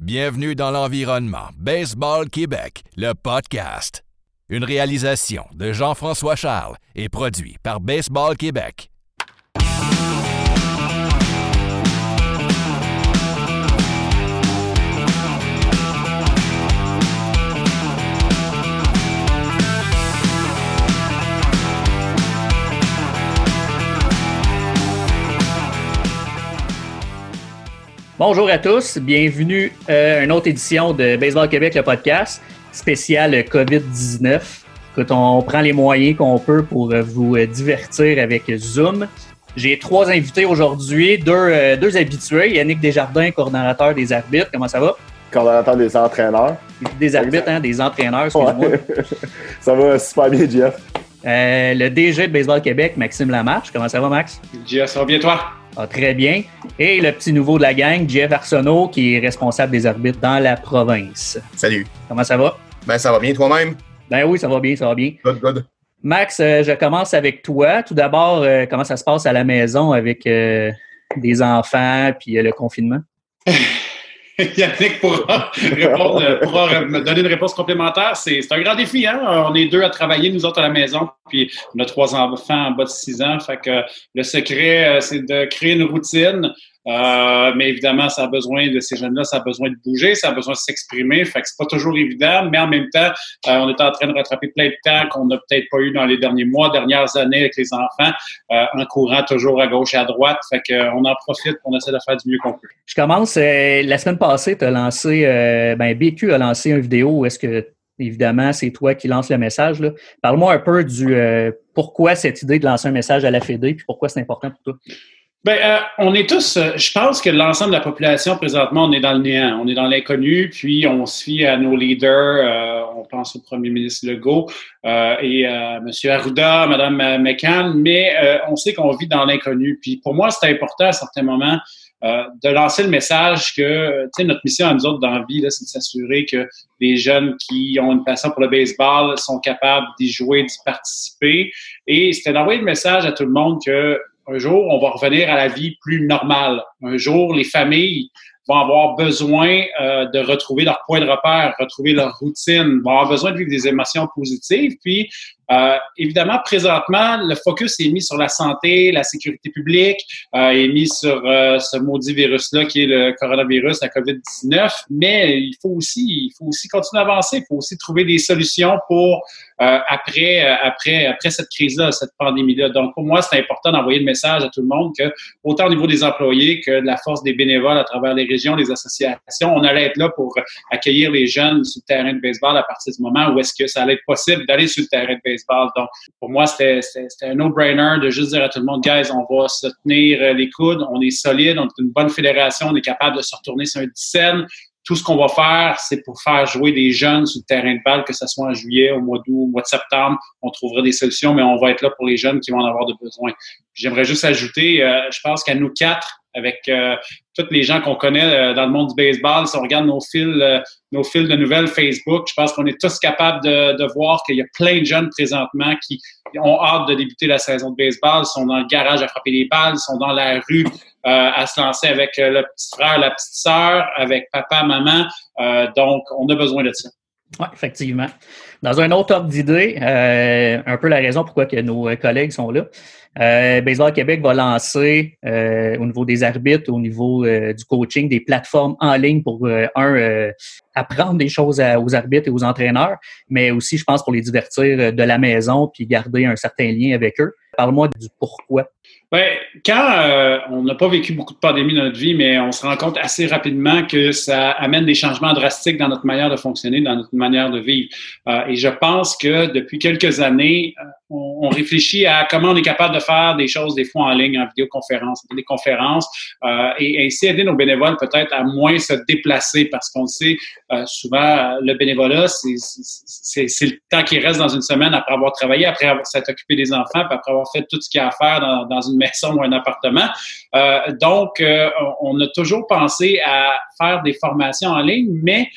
Bienvenue dans l'environnement Baseball Québec, le podcast. Une réalisation de Jean-François Charles et produit par Baseball Québec. Bonjour à tous, bienvenue à une autre édition de Baseball Québec, le podcast, spécial COVID-19. Écoute, on prend les moyens qu'on peut pour vous divertir avec Zoom. J'ai trois invités aujourd'hui, deux habitués. Yannick Desjardins, coordonnateur des arbitres. Comment ça va? Coordonnateur des entraîneurs. Des arbitres, hein, des entraîneurs, excuse-moi. Ouais. Ça va super bien, Jeff. Le DG de Baseball Québec, Maxime Lamarche. Comment ça va, Max? Jeff, ça va bien, toi? Ah, très bien. Et le petit nouveau de la gang, Jeff Arsenault, qui est responsable des arbitres dans la province. Salut. Comment ça va? Ben, ça va bien toi-même? Ben oui, ça va bien, ça va bien. Good. Max, je commence avec toi. Tout d'abord, comment ça se passe à la maison avec des enfants puis le confinement? Yannick pourra me donner une réponse complémentaire. C'est un grand défi, hein? On est deux à travailler, nous autres, à la maison, puis on a 3 enfants en bas de 6 ans. Fait que le secret, c'est de créer une routine. Mais évidemment, ça a besoin de ces jeunes-là, ça a besoin de bouger, ça a besoin de s'exprimer. Fait que c'est pas toujours évident, mais en même temps, on est en train de rattraper plein de temps qu'on n'a peut-être pas eu dans les derniers mois, dernières années avec les enfants, en courant toujours à gauche et à droite. Fait qu'on en profite, on essaie de faire du mieux qu'on peut. Je commence. La semaine passée, tu as lancé, BQ a lancé une vidéo où est-ce que, évidemment, c'est toi qui lance le message, là. Parle-moi un peu du pourquoi cette idée de lancer un message à la Fédé, puis pourquoi c'est important pour toi. On est tous, je pense que l'ensemble de la population, présentement, on est dans le néant, on est dans l'inconnu, puis on se fie à nos leaders, on pense au premier ministre Legault et à M. Arruda, Mme McCann, mais on sait qu'on vit dans l'inconnu. Puis pour moi, c'est important à certains moments de lancer le message que, tu sais, notre mission à nous autres dans la vie, là, c'est de s'assurer que les jeunes qui ont une passion pour le baseball sont capables d'y jouer, d'y participer. Et c'était d'envoyer le message à tout le monde que un jour, on va revenir à la vie plus normale. Un jour, les familles vont avoir besoin de retrouver leur point de repère, retrouver leur routine, vont avoir besoin de vivre des émotions positives. Puis, évidemment, présentement, le focus est mis sur la santé, la sécurité publique, est mis sur ce maudit virus-là qui est le coronavirus, la COVID-19. Mais il faut aussi continuer à avancer. Il faut aussi trouver des solutions pour après cette crise-là, cette pandémie-là. Donc, pour moi, c'est important d'envoyer le message à tout le monde que, autant au niveau des employés que de la force des bénévoles à travers les régions, les associations, on allait être là pour accueillir les jeunes sur le terrain de baseball à partir du moment où est-ce que ça allait être possible d'aller sur le terrain de baseball. Donc, pour moi, c'était un no-brainer de juste dire à tout le monde, guys, on va se tenir les coudes, on est solide, on est une bonne fédération, on est capable de se retourner sur un dizaine. Tout ce qu'on va faire, c'est pour faire jouer des jeunes sur le terrain de balle, que ce soit en juillet, au mois d'août, au mois de septembre. On trouvera des solutions, mais on va être là pour les jeunes qui vont en avoir de besoin. Puis j'aimerais juste ajouter, je pense qu'à nous quatre, avec tous les gens qu'on connaît dans le monde du baseball, si on regarde nos fils de nouvelles Facebook, je pense qu'on est tous capables de voir qu'il y a plein de jeunes présentement qui ont hâte de débuter la saison de baseball, sont dans le garage à frapper les balles, sont dans la rue à se lancer avec le petit frère, la petite sœur, avec papa, maman. Donc, on a besoin de ça. Oui, effectivement. Dans un autre ordre d'idée, un peu la raison pourquoi que nos collègues sont là, Baseball Québec va lancer au niveau des arbitres, au niveau du coaching, des plateformes en ligne pour apprendre des choses aux arbitres et aux entraîneurs, mais aussi, je pense, pour les divertir de la maison puis garder un certain lien avec eux. Parle-moi du pourquoi. Quand on n'a pas vécu beaucoup de pandémies dans notre vie, mais on se rend compte assez rapidement que ça amène des changements drastiques dans notre manière de fonctionner, dans notre manière de vivre. Et je pense que depuis quelques années, on réfléchit à comment on est capable de faire des choses des fois en ligne, en vidéoconférence, en téléconférence, et ainsi aider nos bénévoles peut-être à moins se déplacer parce qu'on le sait, souvent, le bénévolat, c'est le temps qui reste dans une semaine après avoir travaillé, après avoir s'être occupé des enfants, puis après avoir fait tout ce qu'il y a à faire dans une maison ou un appartement. Donc, on a toujours pensé à faire des formations en ligne, mais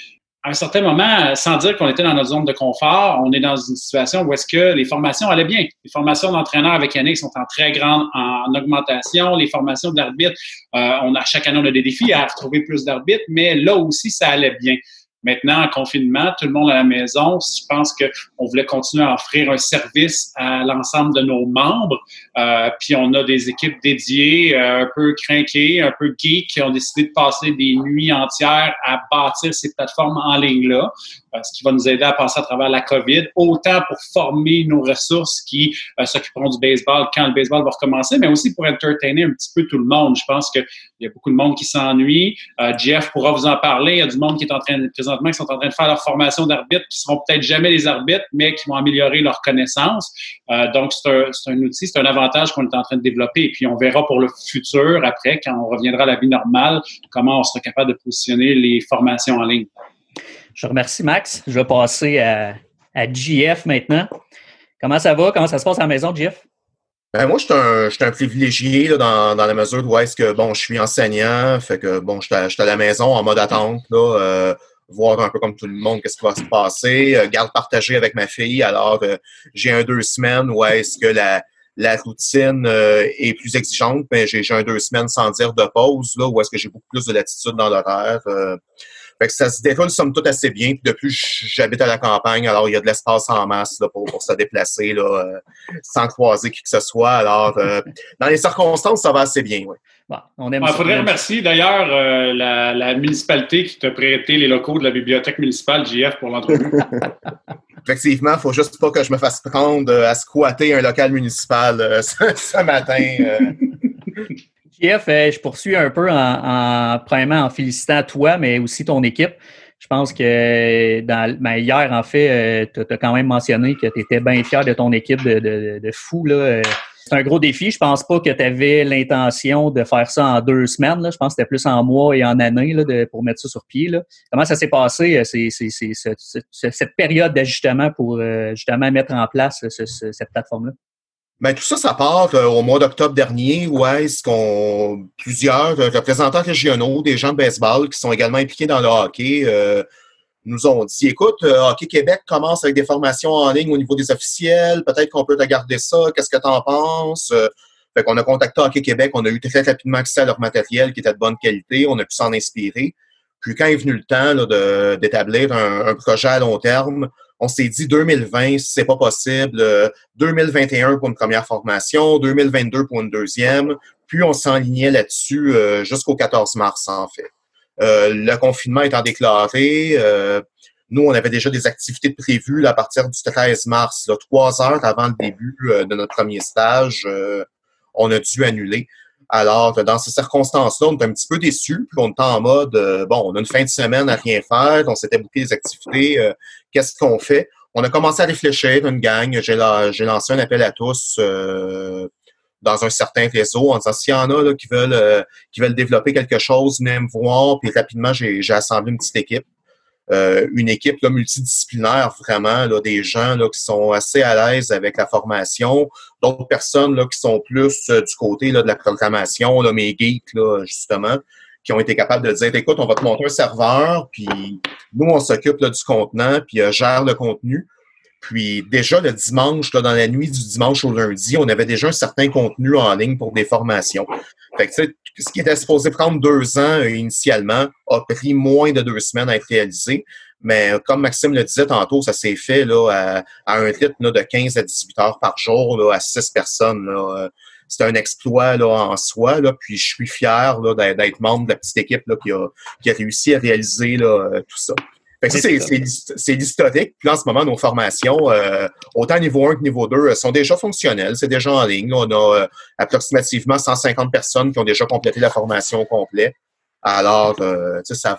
à un certain moment, sans dire qu'on était dans notre zone de confort, on est dans une situation où est-ce que les formations allaient bien. Les formations d'entraîneurs avec Yannick sont en très grande en augmentation. Les formations de l'arbitre, chaque année, on a des défis à retrouver plus d'arbitres, mais là aussi, ça allait bien. Maintenant, en confinement, tout le monde à la maison, je pense qu'on voulait continuer à offrir un service à l'ensemble de nos membres. Puis on a des équipes dédiées, un peu crinquées, un peu geeks, qui ont décidé de passer des nuits entières à bâtir ces plateformes en ligne-là, ce qui va nous aider à passer à travers la COVID, autant pour former nos ressources qui s'occuperont du baseball quand le baseball va recommencer, mais aussi pour entertainer un petit peu tout le monde. Je pense qu'il y a beaucoup de monde qui s'ennuie. Jeff pourra vous en parler. Il y a du monde qui sont en train de faire leur formation d'arbitre, qui seront peut-être jamais les arbitres, mais qui vont améliorer leurs connaissances. Donc, c'est un outil, c'est un avantage qu'on est en train de développer. Et puis, on verra pour le futur, après, quand on reviendra à la vie normale, comment on sera capable de positionner les formations en ligne. Je remercie Max. Je vais passer à JF maintenant. Comment ça va? Comment ça se passe à la maison, JF? Ben moi, je suis un privilégié là, dans la mesure où est-ce que je suis enseignant, fait que je suis à la maison en mode attente, là, voir un peu comme tout le monde qu'est-ce qui va se passer, garde partagée avec ma fille. Alors j'ai 2 semaines où est-ce que la routine est plus exigeante, mais j'ai 2 semaines sans dire de pause, là, où est-ce que j'ai beaucoup plus de latitude dans l'horaire. Fait que ça se déroule somme toute assez bien. Puis de plus, j'habite à la campagne, alors il y a de l'espace en masse là, pour se déplacer là, sans croiser qui que ce soit. Alors, dans les circonstances, ça va assez bien, oui. Bon, on aime ça. Il faudrait remercier d'ailleurs la municipalité qui t'a prêté les locaux de la bibliothèque municipale JF pour l'entrevue. Effectivement, il ne faut juste pas que je me fasse prendre à squatter un local municipal ce matin. JF, je poursuis un peu premièrement en félicitant toi, mais aussi ton équipe. Je pense que hier, en fait, tu as quand même mentionné que tu étais bien fier de ton équipe de fous, là. C'est un gros défi. Je pense pas que tu avais l'intention de faire ça en 2 semaines, là. Je pense que c'était plus en mois et en années là, pour mettre ça sur pied, là. Comment ça s'est passé, cette période d'ajustement pour justement mettre en place cette plateforme-là? Ben, tout ça, ça part au mois d'octobre dernier, où est-ce qu'on plusieurs représentants régionaux, des gens de baseball qui sont également impliqués dans le hockey, nous ont dit, écoute, Hockey Québec commence avec des formations en ligne au niveau des officiels, peut-être qu'on peut regarder ça, qu'est-ce que tu en penses? Fait qu'on a contacté Hockey Québec, on a eu très rapidement accès à leur matériel qui était de bonne qualité, on a pu s'en inspirer. Puis quand est venu le temps là, d'établir un projet à long terme, on s'est dit 2020, si c'est pas possible, 2021 pour une première formation, 2022 pour une deuxième, puis on s'enlignait là-dessus jusqu'au 14 mars, en fait. Le confinement étant déclaré, nous, on avait déjà des activités prévues là, à partir du 13 mars, là, 3 heures avant le début de notre premier stage, on a dû annuler. Alors, dans ces circonstances-là, on est un petit peu déçus, puis on est en mode, on a une fin de semaine à rien faire, on s'était booké des activités, qu'est-ce qu'on fait? On a commencé à réfléchir, une gang, j'ai lancé un appel à tous dans un certain réseau en disant, s'il y en a là, qui veulent développer quelque chose, venez me voir, puis rapidement, j'ai assemblé une petite équipe. Une équipe là, multidisciplinaire, vraiment, là, des gens là, qui sont assez à l'aise avec la formation, d'autres personnes là, qui sont plus du côté là, de la programmation, là, mes geeks, là, justement, qui ont été capables de dire, écoute, on va te monter un serveur, puis nous, on s'occupe là, du contenant, puis gère le contenu. Puis déjà, le dimanche, là, dans la nuit du dimanche au lundi, on avait déjà un certain contenu en ligne pour des formations. Fait que, tu sais, ce qui était supposé prendre 2 ans initialement a pris moins de 2 semaines à être réalisé. Mais comme Maxime le disait tantôt, ça s'est fait là, à un rythme là, de 15 à 18 heures par jour, là, à 6 personnes. Là. C'est un exploit là, en soi. Là, puis je suis fier là, d'être membre de la petite équipe là, qui a réussi à réaliser là, tout ça. Fait que c'est l'historique. Puis là, en ce moment, nos formations, autant niveau 1 que niveau 2, sont déjà fonctionnelles. C'est déjà en ligne. On a approximativement 150 personnes qui ont déjà complété la formation au complet. Alors, tu sais,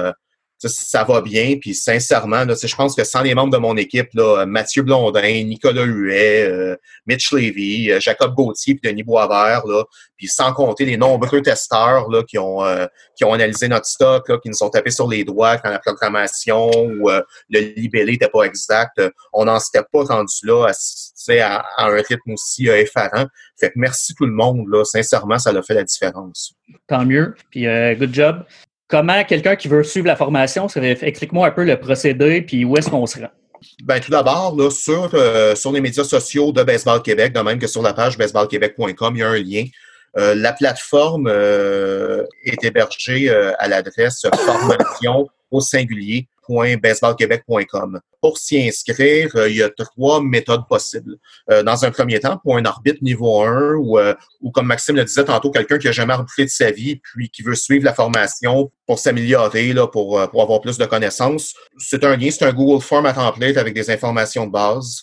ça va bien. Puis sincèrement, là, je pense que sans les membres de mon équipe, là, Mathieu Blondin, Nicolas Huet, Mitch Lévy, Jacob Gauthier puis Denis Boisvert, là, puis sans compter les nombreux testeurs là, qui ont analysé notre stock, là, qui nous ont tapé sur les doigts quand la programmation ou le libellé n'était pas exact, on n'en s'était pas rendu là à un rythme aussi effarant. Fait que merci tout le monde. Là, sincèrement, ça a fait la différence. Tant mieux. Puis good job. comment quelqu'un qui veut suivre la formation, explique-moi un peu le procédé puis où est-ce qu'on se rend. Ben, tout d'abord, là, sur les médias sociaux de Baseball Québec, de même que sur la page baseballquebec.com, il y a un lien. La plateforme est hébergée à l'adresse formation au singulier.baseballquebec.com. Pour s'y inscrire, il y a 3 méthodes possibles. Dans un premier temps, pour un arbitre niveau 1 ou comme Maxime le disait tantôt, quelqu'un qui n'a jamais arbitré de sa vie puis qui veut suivre la formation pour s'améliorer, là, pour avoir plus de connaissances, c'est un Google Form à template avec des informations de base.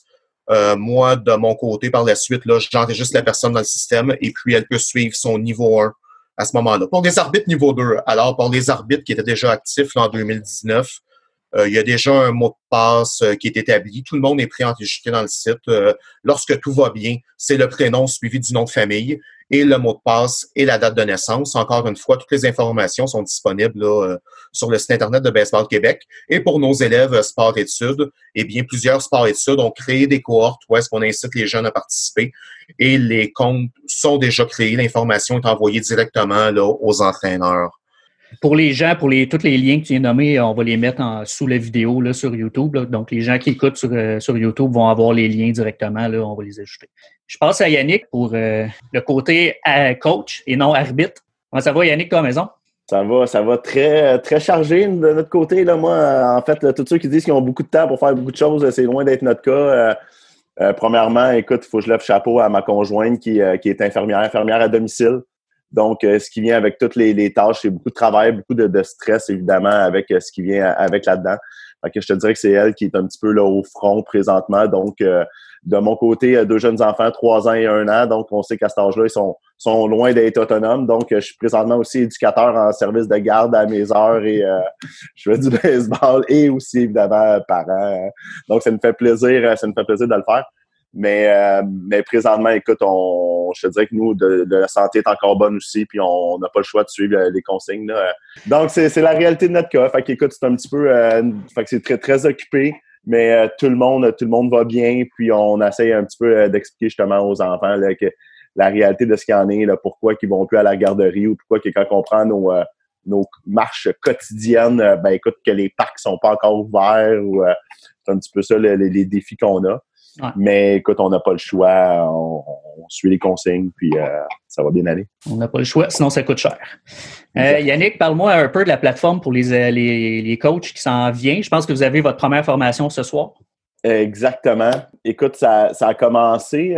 Moi, de mon côté, par la suite, là, j'enregistre la personne dans le système et puis elle peut suivre son niveau 1 à ce moment-là. Pour les arbitres niveau 2, alors pour les arbitres qui étaient déjà actifs là, en 2019, il y a déjà un mot de passe qui est établi. Tout le monde est préenregistré dans le site. Lorsque tout va bien, c'est le prénom suivi du nom de famille et le mot de passe et la date de naissance. Encore une fois, toutes les informations sont disponibles là, sur le site Internet de Baseball Québec. Et pour nos élèves sport-études, eh bien, plusieurs sport-études ont créé des cohortes où est-ce qu'on incite les jeunes à participer. Et les comptes sont déjà créés. L'information est envoyée directement là, aux entraîneurs. Pour les gens, tous les liens que tu viens de nommer, on va les mettre sous la vidéo là, sur YouTube. Là. Donc, les gens qui écoutent sur YouTube vont avoir les liens directement. Là, on va les ajouter. Je passe à Yannick pour le côté coach et non arbitre. Comment ça va, Yannick, toi, à la maison? Ça va très, très chargé de notre côté. Là. Moi, en fait, là, tous ceux qui disent qu'ils ont beaucoup de temps pour faire beaucoup de choses, c'est loin d'être notre cas. Premièrement, écoute, il faut que je lève chapeau à ma conjointe qui est infirmière à domicile. Donc, ce qui vient avec toutes les tâches, c'est beaucoup de travail, beaucoup de stress, évidemment, avec ce qui vient avec là-dedans. Fait que je te dirais que c'est elle qui est un petit peu là au front présentement. Donc, de mon côté, 2 jeunes enfants, 3 ans et 1 an. Donc, on sait qu'à cet âge-là, ils sont loin d'être autonomes. Donc, je suis présentement aussi éducateur en service de garde à mes heures et je fais du baseball et aussi, évidemment, parent. Donc, ça me fait plaisir de le faire. Mais présentement, écoute, je te dirais que nous, de la santé est encore bonne aussi, puis on n'a pas le choix de suivre les consignes. Là. Donc, c'est la réalité de notre cas. Fait qu'écoute, c'est un petit peu... fait que c'est très, très occupé, mais tout le monde va bien, puis on essaye un petit peu d'expliquer justement aux enfants là, que la réalité de ce qu'il y en est, là, pourquoi ils vont plus à la garderie ou pourquoi que quand on prend nos marches quotidiennes, ben écoute, que les parcs sont pas encore ouverts ou c'est un petit peu ça les défis qu'on a. Ouais. Mais écoute, on n'a pas le choix, on suit les consignes, puis ça va bien aller. On n'a pas le choix, sinon ça coûte cher. Yannick, parle-moi un peu de la plateforme pour les coachs qui s'en vient. Je pense que vous avez votre première formation ce soir. Exactement. Écoute, ça a commencé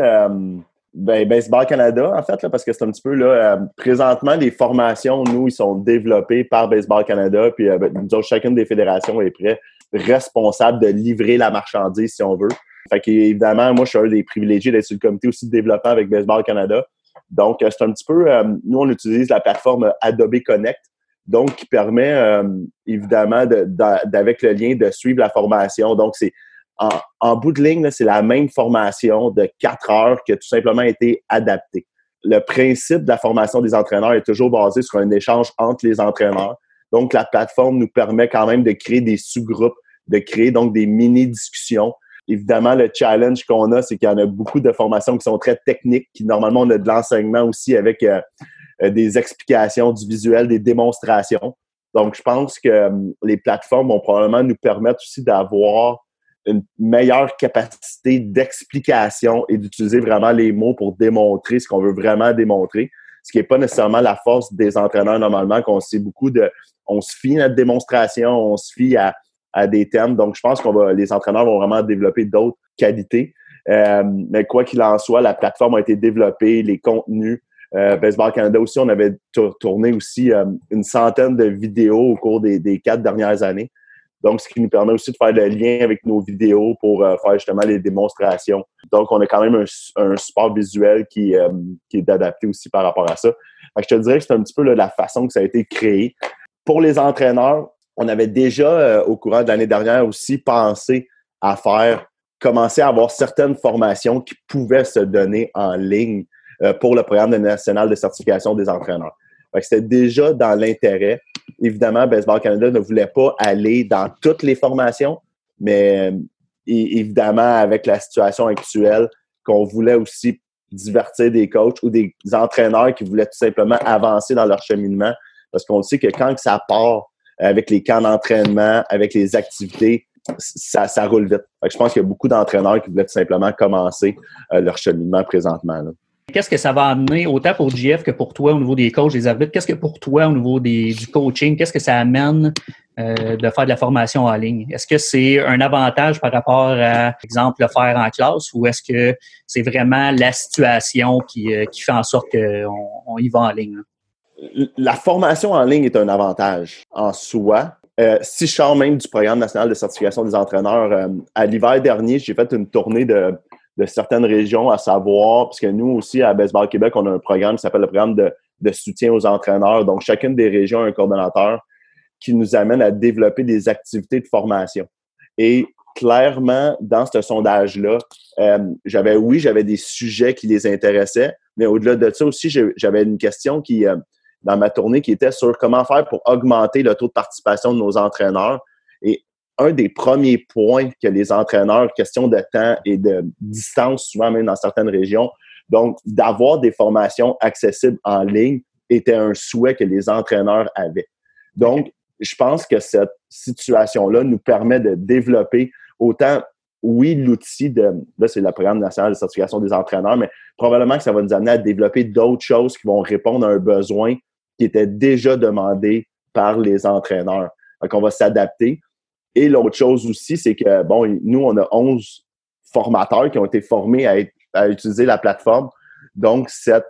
Baseball Canada, en fait, là, parce que c'est un petit peu là. Présentement, les formations, nous, ils sont développés par Baseball Canada, puis nous autres, chacune des fédérations est responsable de livrer la marchandise, si on veut. Fait qu'évidemment, moi, je suis un des privilégiés d'être sur le comité aussi de développement avec Baseball Canada. Donc, c'est un petit peu... nous, on utilise la plateforme Adobe Connect, donc qui permet, évidemment, avec le lien, de suivre la formation. Donc, c'est en bout de ligne, là, c'est la même formation de 4 heures qui a tout simplement été adaptée. Le principe de la formation des entraîneurs est toujours basé sur un échange entre les entraîneurs. Donc, la plateforme nous permet quand même de créer des sous-groupes, de créer donc des mini-discussions. Évidemment, le challenge qu'on a, c'est qu'il y en a beaucoup de formations qui sont très techniques, qui normalement, on a de l'enseignement aussi avec des explications, du visuel, des démonstrations. Donc, je pense que les plateformes vont probablement nous permettre aussi d'avoir une meilleure capacité d'explication et d'utiliser vraiment les mots pour démontrer ce qu'on veut vraiment démontrer, ce qui n'est pas nécessairement la force des entraîneurs normalement, qu'on sait beaucoup on se fie à notre démonstration, on se fie à des thèmes. Donc, je pense les entraîneurs vont vraiment développer d'autres qualités. Mais quoi qu'il en soit, la plateforme a été développée, les contenus. Baseball Canada aussi, on avait tourné aussi une centaine de vidéos au cours des 4 dernières années. Donc, ce qui nous permet aussi de faire le lien avec nos vidéos pour faire justement les démonstrations. Donc, on a quand même un support visuel qui est adapté aussi par rapport à ça. Fait que je te dirais que c'est un petit peu là, la façon que ça a été créé. Pour les entraîneurs, on avait déjà, au courant de l'année dernière, aussi pensé à commencer à avoir certaines formations qui pouvaient se donner en ligne pour le programme national de certification des entraîneurs. Fait que c'était déjà dans l'intérêt. Évidemment, Baseball Canada ne voulait pas aller dans toutes les formations, mais évidemment, avec la situation actuelle, qu'on voulait aussi divertir des coachs ou des entraîneurs qui voulaient tout simplement avancer dans leur cheminement. Parce qu'on sait que quand ça part avec les camps d'entraînement, avec les activités, ça roule vite. Fait que je pense qu'il y a beaucoup d'entraîneurs qui voulaient tout simplement commencer leur cheminement présentement, là. Qu'est-ce que ça va amener, autant pour JF que pour toi au niveau des coachs, des arbitres? Qu'est-ce que pour toi au niveau du coaching, qu'est-ce que ça amène de faire de la formation en ligne? Est-ce que c'est un avantage par rapport à, par exemple, le faire en classe ou est-ce que c'est vraiment la situation qui fait en sorte qu'on y va en ligne? La formation en ligne est un avantage en soi. Si je sors même du programme national de certification des entraîneurs, à l'hiver dernier, j'ai fait une tournée de certaines régions, à savoir, parce que nous aussi, à Baseball Québec, on a un programme qui s'appelle le programme de soutien aux entraîneurs. Donc, chacune des régions a un coordonnateur qui nous amène à développer des activités de formation. Et clairement, dans ce sondage-là, j'avais des sujets qui les intéressaient, mais au-delà de ça aussi, j'avais une question qui, dans ma tournée, qui était sur comment faire pour augmenter le taux de participation de nos entraîneurs. Et un des premiers points que les entraîneurs, question de temps et de distance, souvent même dans certaines régions, donc d'avoir des formations accessibles en ligne était un souhait que les entraîneurs avaient. Donc, je pense que cette situation-là nous permet de développer autant, oui, l'outil là, c'est le programme national de certification des entraîneurs, mais probablement que ça va nous amener à développer d'autres choses qui vont répondre à un besoin qui était déjà demandé par les entraîneurs. Donc, on va s'adapter. Et l'autre chose aussi, c'est que, bon, nous, on a 11 formateurs qui ont été formés à utiliser la plateforme. Donc,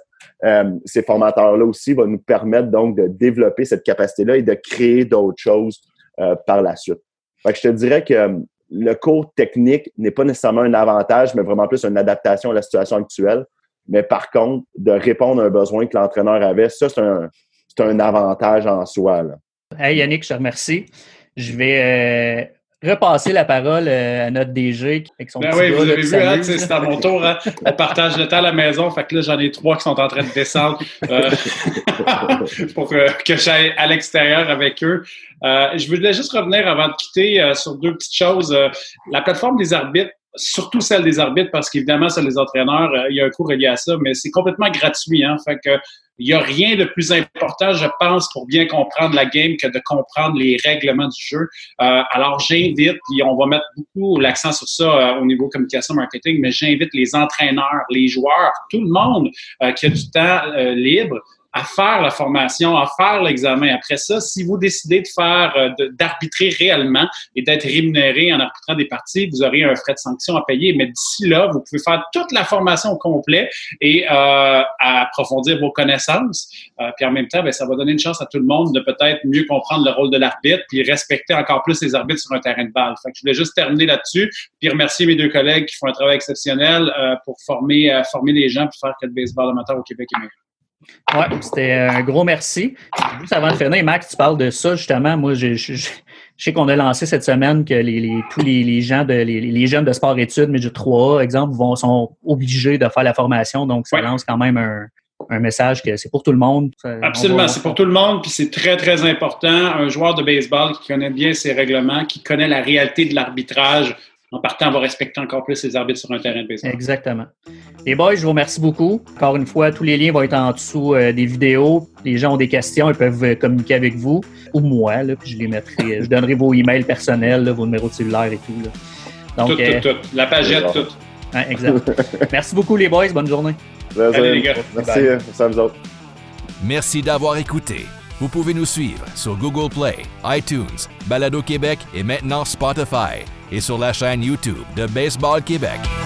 ces formateurs-là aussi vont nous permettre donc de développer cette capacité-là et de créer d'autres choses par la suite. Fait que je te dirais que le cours technique n'est pas nécessairement un avantage, mais vraiment plus une adaptation à la situation actuelle. Mais par contre, de répondre à un besoin que l'entraîneur avait, ça, c'est un avantage en soi, là. Hey Yannick, je te remercie. Je vais repasser la parole à notre DG avec son petit oui, gars, vous là, avez qui vu, hein, s'amuse. c'est à mon tour. Hein, on partage le temps à la maison. Fait que là, j'en ai 3 qui sont en train de descendre pour que j'aille à l'extérieur avec eux. Je voulais juste revenir avant de quitter sur 2 petites choses. La plateforme des arbitres, surtout celle des arbitres, parce qu'évidemment, celle des entraîneurs, il y a un coût relié à ça, mais c'est complètement gratuit. Hein, fait que il n'y a rien de plus important, je pense, pour bien comprendre la game que de comprendre les règlements du jeu. Alors, j'invite, puis on va mettre beaucoup l'accent sur ça au niveau communication marketing, mais j'invite les entraîneurs, les joueurs, tout le monde qui a du temps libre à faire la formation, à faire l'examen. Après ça, si vous décidez de faire, d'arbitrer réellement et d'être rémunéré en arbitrant des parties, vous aurez un frais de sanction à payer. Mais d'ici là, vous pouvez faire toute la formation au complet et approfondir vos connaissances. Puis en même temps, ça va donner une chance à tout le monde de peut-être mieux comprendre le rôle de l'arbitre puis respecter encore plus les arbitres sur un terrain de balle. Fait que je voulais juste terminer là-dessus puis remercier mes 2 collègues qui font un travail exceptionnel pour former les gens puis faire que le baseball amateur au Québec est meilleur. Oui, c'était un gros merci. Juste avant de finir, Max, tu parles de ça, justement. Moi, je sais qu'on a lancé cette semaine que tous les gens les jeunes de sport-études, Midget 3A, exemple, sont obligés de faire la formation. Donc, ça lance quand même un message que c'est pour tout le monde. Absolument, c'est pour tout le monde, puis c'est très, très important. Un joueur de baseball qui connaît bien ses règlements, qui connaît la réalité de l'arbitrage, en partant, on va respecter encore plus les arbitres sur un terrain de baseball. Exactement. Les boys, je vous remercie beaucoup. Encore une fois, tous les liens vont être en dessous des vidéos. Les gens ont des questions, ils peuvent communiquer avec vous ou moi, là, puis je les mettrai. Je donnerai vos emails personnels, là, vos numéros de cellulaire et tout. Là. Donc, tout. La pagette, tout. Ouais, exact. Merci beaucoup, les boys. Bonne journée. Salut, les gars. Merci à vous autres. Merci d'avoir écouté. Vous pouvez nous suivre sur Google Play, iTunes, Balado Québec et maintenant Spotify et sur la chaîne YouTube de Baseball Québec.